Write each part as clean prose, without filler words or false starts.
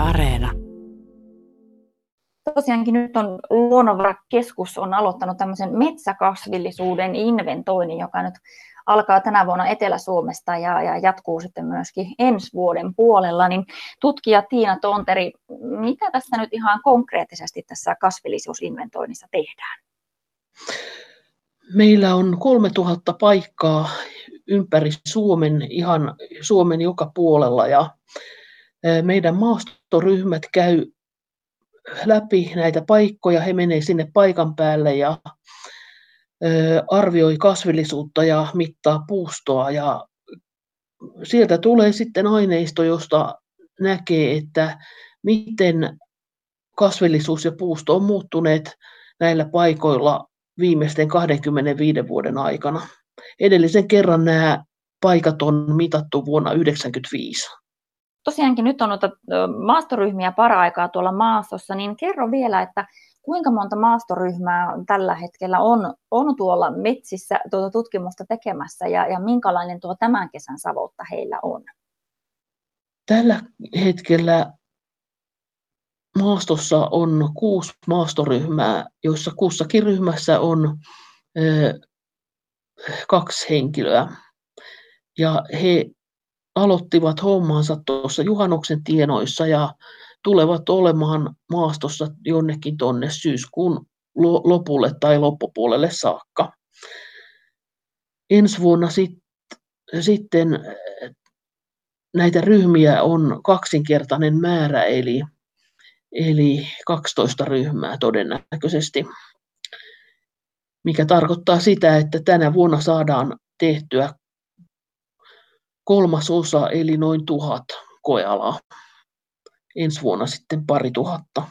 Areena. Tosiaankin nyt on Luonnonvarakeskus on aloittanut tämmöisen metsäkasvillisuuden inventoinnin, joka nyt alkaa tänä vuonna Etelä-Suomesta ja jatkuu sitten myöskin ensi vuoden puolella. Niin tutkija Tiina Tonteri, mitä tässä nyt ihan konkreettisesti tässä kasvillisuusinventoinnissa tehdään? Meillä on 3000 paikkaa ympäri Suomen, ihan Suomen joka puolella, ja meidän maastoryhmät käy läpi näitä paikkoja. He menevät sinne paikan päälle ja arvioi kasvillisuutta ja mittaa puustoa, ja sieltä tulee sitten aineisto, josta näkee, että miten kasvillisuus ja puusto on muuttuneet näillä paikoilla viimeisten 25 vuoden aikana. Edellisen kerran nämä paikat on mitattu vuonna 1995. Tosiaankin nyt on noita maastoryhmiä paraikaa tuolla maastossa, niin kerro vielä, että kuinka monta maastoryhmää tällä hetkellä on tuolla metsissä tuota tutkimusta tekemässä ja minkälainen tuo tämän kesän savotta heillä on? Tällä hetkellä maastossa on 6 maastoryhmää, joissa kussakin ryhmässä on 2 henkilöä. Ja he aloittivat hommansa tuossa juhannuksen tienoissa ja tulevat olemaan maastossa jonnekin tuonne syyskuun lopulle tai loppupuolelle saakka. Ensi vuonna sitten näitä ryhmiä on kaksinkertainen määrä, eli 12 ryhmää todennäköisesti, mikä tarkoittaa sitä, että tänä vuonna saadaan tehtyä 1/3, eli noin 1000 koealaa. Ensi vuonna sitten 2000.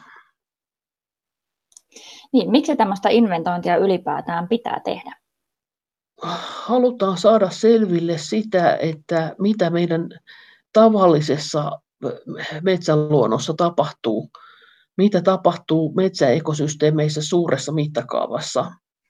Niin, miksi tämmöistä inventointia ylipäätään pitää tehdä? Halutaan saada selville sitä, että mitä meidän tavallisessa metsäluonnossa tapahtuu, mitä tapahtuu metsäekosysteemeissä suuressa mittakaavassa.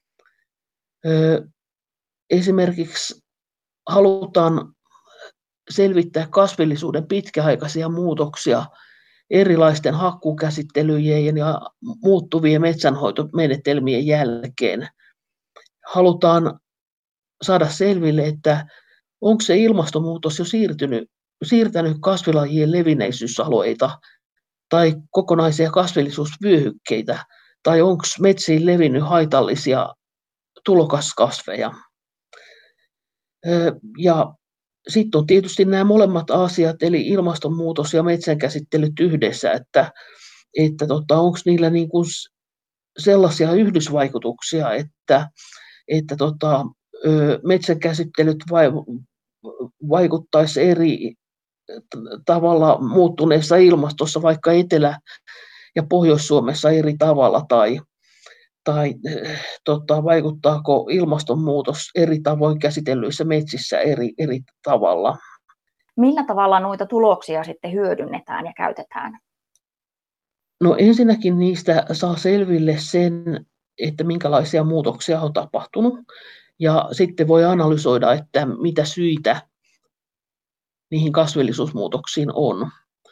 Esimerkiksi halutaan selvittää kasvillisuuden pitkäaikaisia muutoksia erilaisten hakkuukäsittelyjen ja muuttuvien metsänhoitomenetelmien jälkeen. Halutaan saada selville, että onko se ilmastonmuutos jo siirtänyt kasvilajien levinneisyysalueita tai kokonaisia kasvillisuusvyöhykkeitä, tai onko metsiin levinnyt haitallisia tulokaskasveja. Ja sitten on tietysti nämä molemmat asiat, eli ilmastonmuutos ja metsänkäsittelyt yhdessä, että onko niillä niin kuin sellaisia yhdysvaikutuksia, että metsänkäsittelyt vaikuttaisi eri tavalla muuttuneessa ilmastossa, vaikka Etelä- ja Pohjois-Suomessa eri tavalla, tai vaikuttaako ilmastonmuutos eri tavoin käsitellyissä metsissä eri tavalla. Millä tavalla noita tuloksia sitten hyödynnetään ja käytetään? No ensinnäkin niistä saa selville sen, että minkälaisia muutoksia on tapahtunut, ja sitten voi analysoida, että mitä syitä niihin kasvillisuusmuutoksiin on.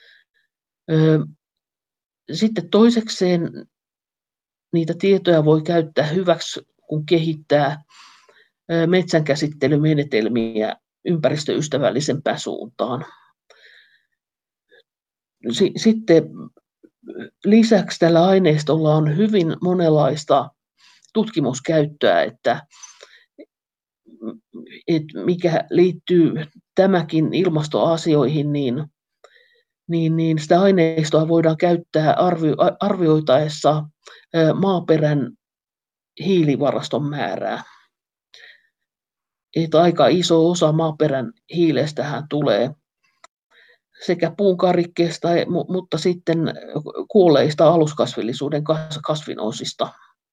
Sitten toisekseen niitä tietoja voi käyttää hyväksi, kun kehittää metsänkäsittelymenetelmiä ympäristöystävällisempään suuntaan. Sitten lisäksi tällä aineistolla on hyvin monenlaista tutkimuskäyttöä, että mikä liittyy tämäkin ilmastoasioihin, niin sitä aineistoa voidaan käyttää arvioitaessa maaperän hiilivaraston määrää. Että aika iso osa maaperän hiilestähän tulee sekä puunkarikkeesta, mutta sitten kuolleista aluskasvillisuuden kasvinosista.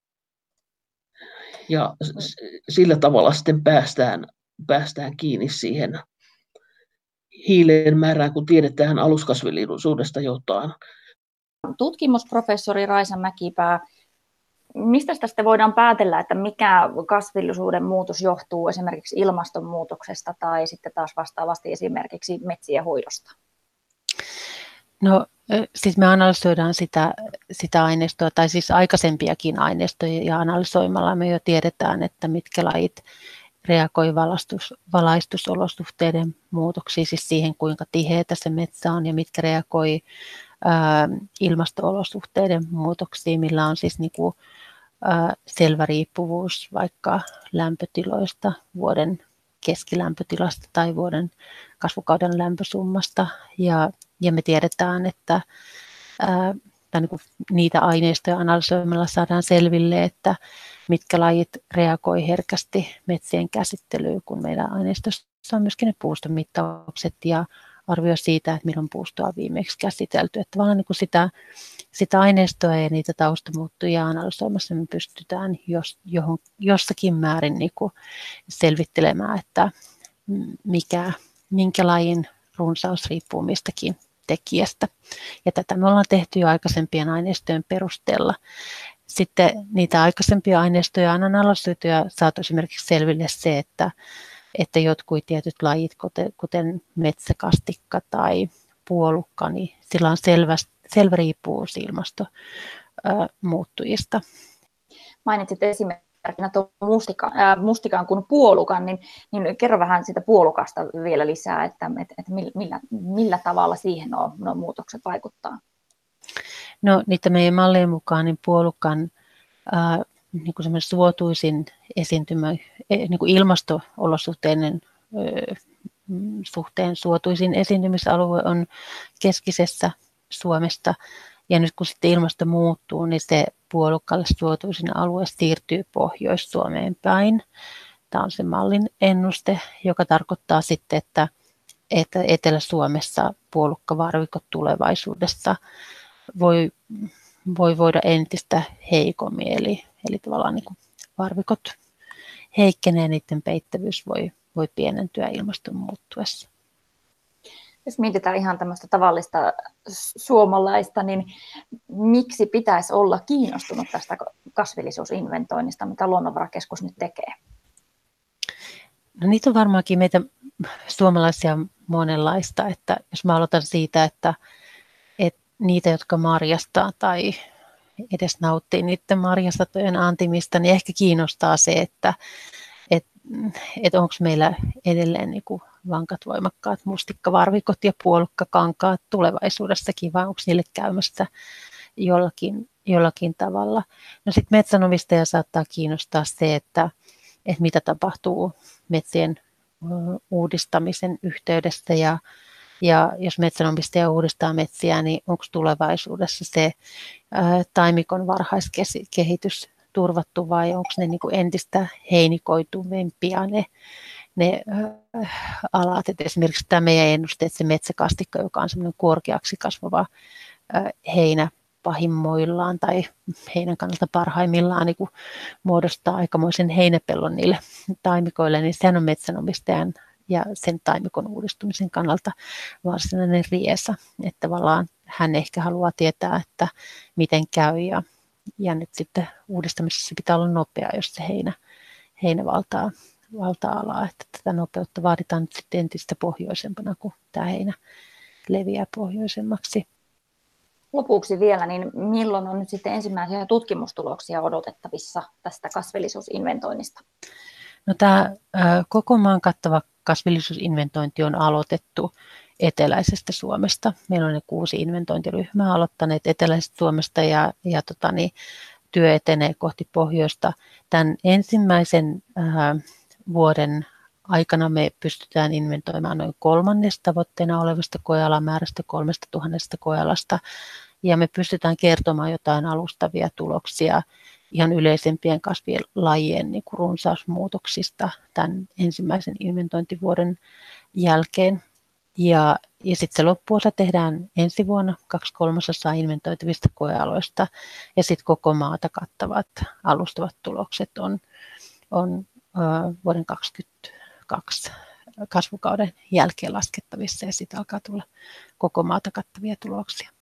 Ja sillä tavalla sitten päästään kiinni siihen hiilen määrään, kun tiedetään aluskasvillisuudesta jotain. Tutkimusprofessori Raisa Mäkipää, mistä tästä voidaan päätellä, että mikä kasvillisuuden muutos johtuu esimerkiksi ilmastonmuutoksesta tai sitten taas vastaavasti esimerkiksi metsien hoidosta? No Siis me analysoidaan sitä aineistoa, tai siis aikaisempiakin aineistoja, ja analysoimalla me jo tiedetään, että mitkä lajit reagoi valaistusolosuhteiden muutoksiin, siis siihen kuinka tiheätä se metsä on, ja mitkä reagoi ilmasto-olosuhteiden muutoksiin, millä on siis niinku, selvä riippuvuus vaikka lämpötiloista, vuoden keskilämpötilasta tai vuoden kasvukauden lämpösummasta. Ja me tiedetään, että tai niin kuin niitä aineistoja analysoimalla saadaan selville, että mitkä lajit reagoi herkästi metsien käsittelyyn, kun meidän aineistossa on myöskin ne puustomittaukset ja arvio siitä, että milloin puustoa on viimeksi käsitelty. Että vaan niin kuin sitä aineistoa ja niitä taustamuuttujia analysoimassa me pystytään jossakin määrin niin kuin selvittelemään, että minkä lajin runsaus riippuu mistäkin tekijästä. Ja tätä me ollaan tehty jo aikaisempien aineistojen perusteella. Sitten niitä aikaisempia aineistoja on analysoitu ja saatu esimerkiksi selville se, että jotkut tietyt lajit, kuten metsäkastikka tai puolukka, niin sillä on selvä riippuvuus ilmastonmuuttujista. Mainitsit esimerkkinä tuon mustikan kuin puolukan, niin kerro vähän siitä puolukasta vielä lisää, että millä tavalla siihen nuo muutokset vaikuttaa? No niitä meidän mallien mukaan niin puolukan niin kuin semmoinen suotuisin esiintymä, niin kuin ilmasto-olosuhteiden suhteen suotuisin esiintymisalue on keskisessä Suomesta. Ja nyt kun sitten ilmasto muuttuu, niin se puolukalle suotuisin alue siirtyy Pohjois-Suomeen päin. Tämä on se mallin ennuste, joka tarkoittaa sitten, että Etelä-Suomessa puolukkavarvikot tulevaisuudessa voi voida entistä heikommin. Eli tavallaan niin kuin varvikot heikkenee, niiden peittävyys voi pienentyä ilmaston muuttuessa. Jos mietitään ihan tämmöistä tavallista suomalaista, niin miksi pitäisi olla kiinnostunut tästä kasvillisuusinventoinnista, mitä Luonnonvarakeskus nyt tekee? No niitä on varmaankin meitä suomalaisia monenlaista, että jos mä aloitan siitä, että niitä, jotka marjastaa tai edes nauttii niiden marjasatojen antimista, niin ehkä kiinnostaa se, että onko meillä edelleen niin kuin vankat, voimakkaat mustikkavarvikot ja puolukkakankaat tulevaisuudessakin, vai onko niille käymässä jollakin tavalla. No sitten metsänomistaja saattaa kiinnostaa se, että mitä tapahtuu metsien uudistamisen yhteydessä, ja jos metsänomistaja uudistaa metsiä, niin onko tulevaisuudessa se taimikon varhaiskehitys turvattu, vai onko ne niin kuin entistä heinikoituvimpia ne alat. Et esimerkiksi tämä meidän ennuste, että se metsäkastikka, joka on semmoinen korkeaksi kasvava heinä pahimmoillaan tai heinän kannalta parhaimmillaan, niin kuin muodostaa aikamoisen heinäpellon niille taimikoille, niin sehän on metsänomistajan ja sen taimikon uudistumisen kannalta varsinainen riesa. Että tavallaan hän ehkä haluaa tietää, että miten käy, ja nyt sitten uudistamisessa pitää olla nopea, jos se heinä valtaa alaa. Että tätä nopeutta vaaditaan nyt sitten entistä pohjoisempana, kun tämä heinä leviää pohjoisemmaksi. Lopuksi vielä, niin milloin on nyt sitten ensimmäisiä tutkimustuloksia odotettavissa tästä kasvillisuusinventoinnista? No tämä koko maan kattava kasvillisuusinventointi on aloitettu eteläisestä Suomesta. Meillä on ne 6 inventointiryhmää aloittaneet eteläisestä Suomesta ja työ etenee kohti pohjoista. Tämän ensimmäisen vuoden aikana me pystytään inventoimaan noin 1/3 tavoitteena olevasta koealamäärästä 3000 koealasta, ja me pystytään kertomaan jotain alustavia tuloksia ihan yleisempien kasvilajien niin kuin runsausmuutoksista tämän ensimmäisen inventointivuoden jälkeen. Ja sitten se loppuosa tehdään ensi vuonna 2/3 inventoitavista koealoista, ja sitten koko maata kattavat alustavat tulokset on vuoden 2022 kasvukauden jälkeen laskettavissa, ja sitten alkaa tulla koko maata kattavia tuloksia.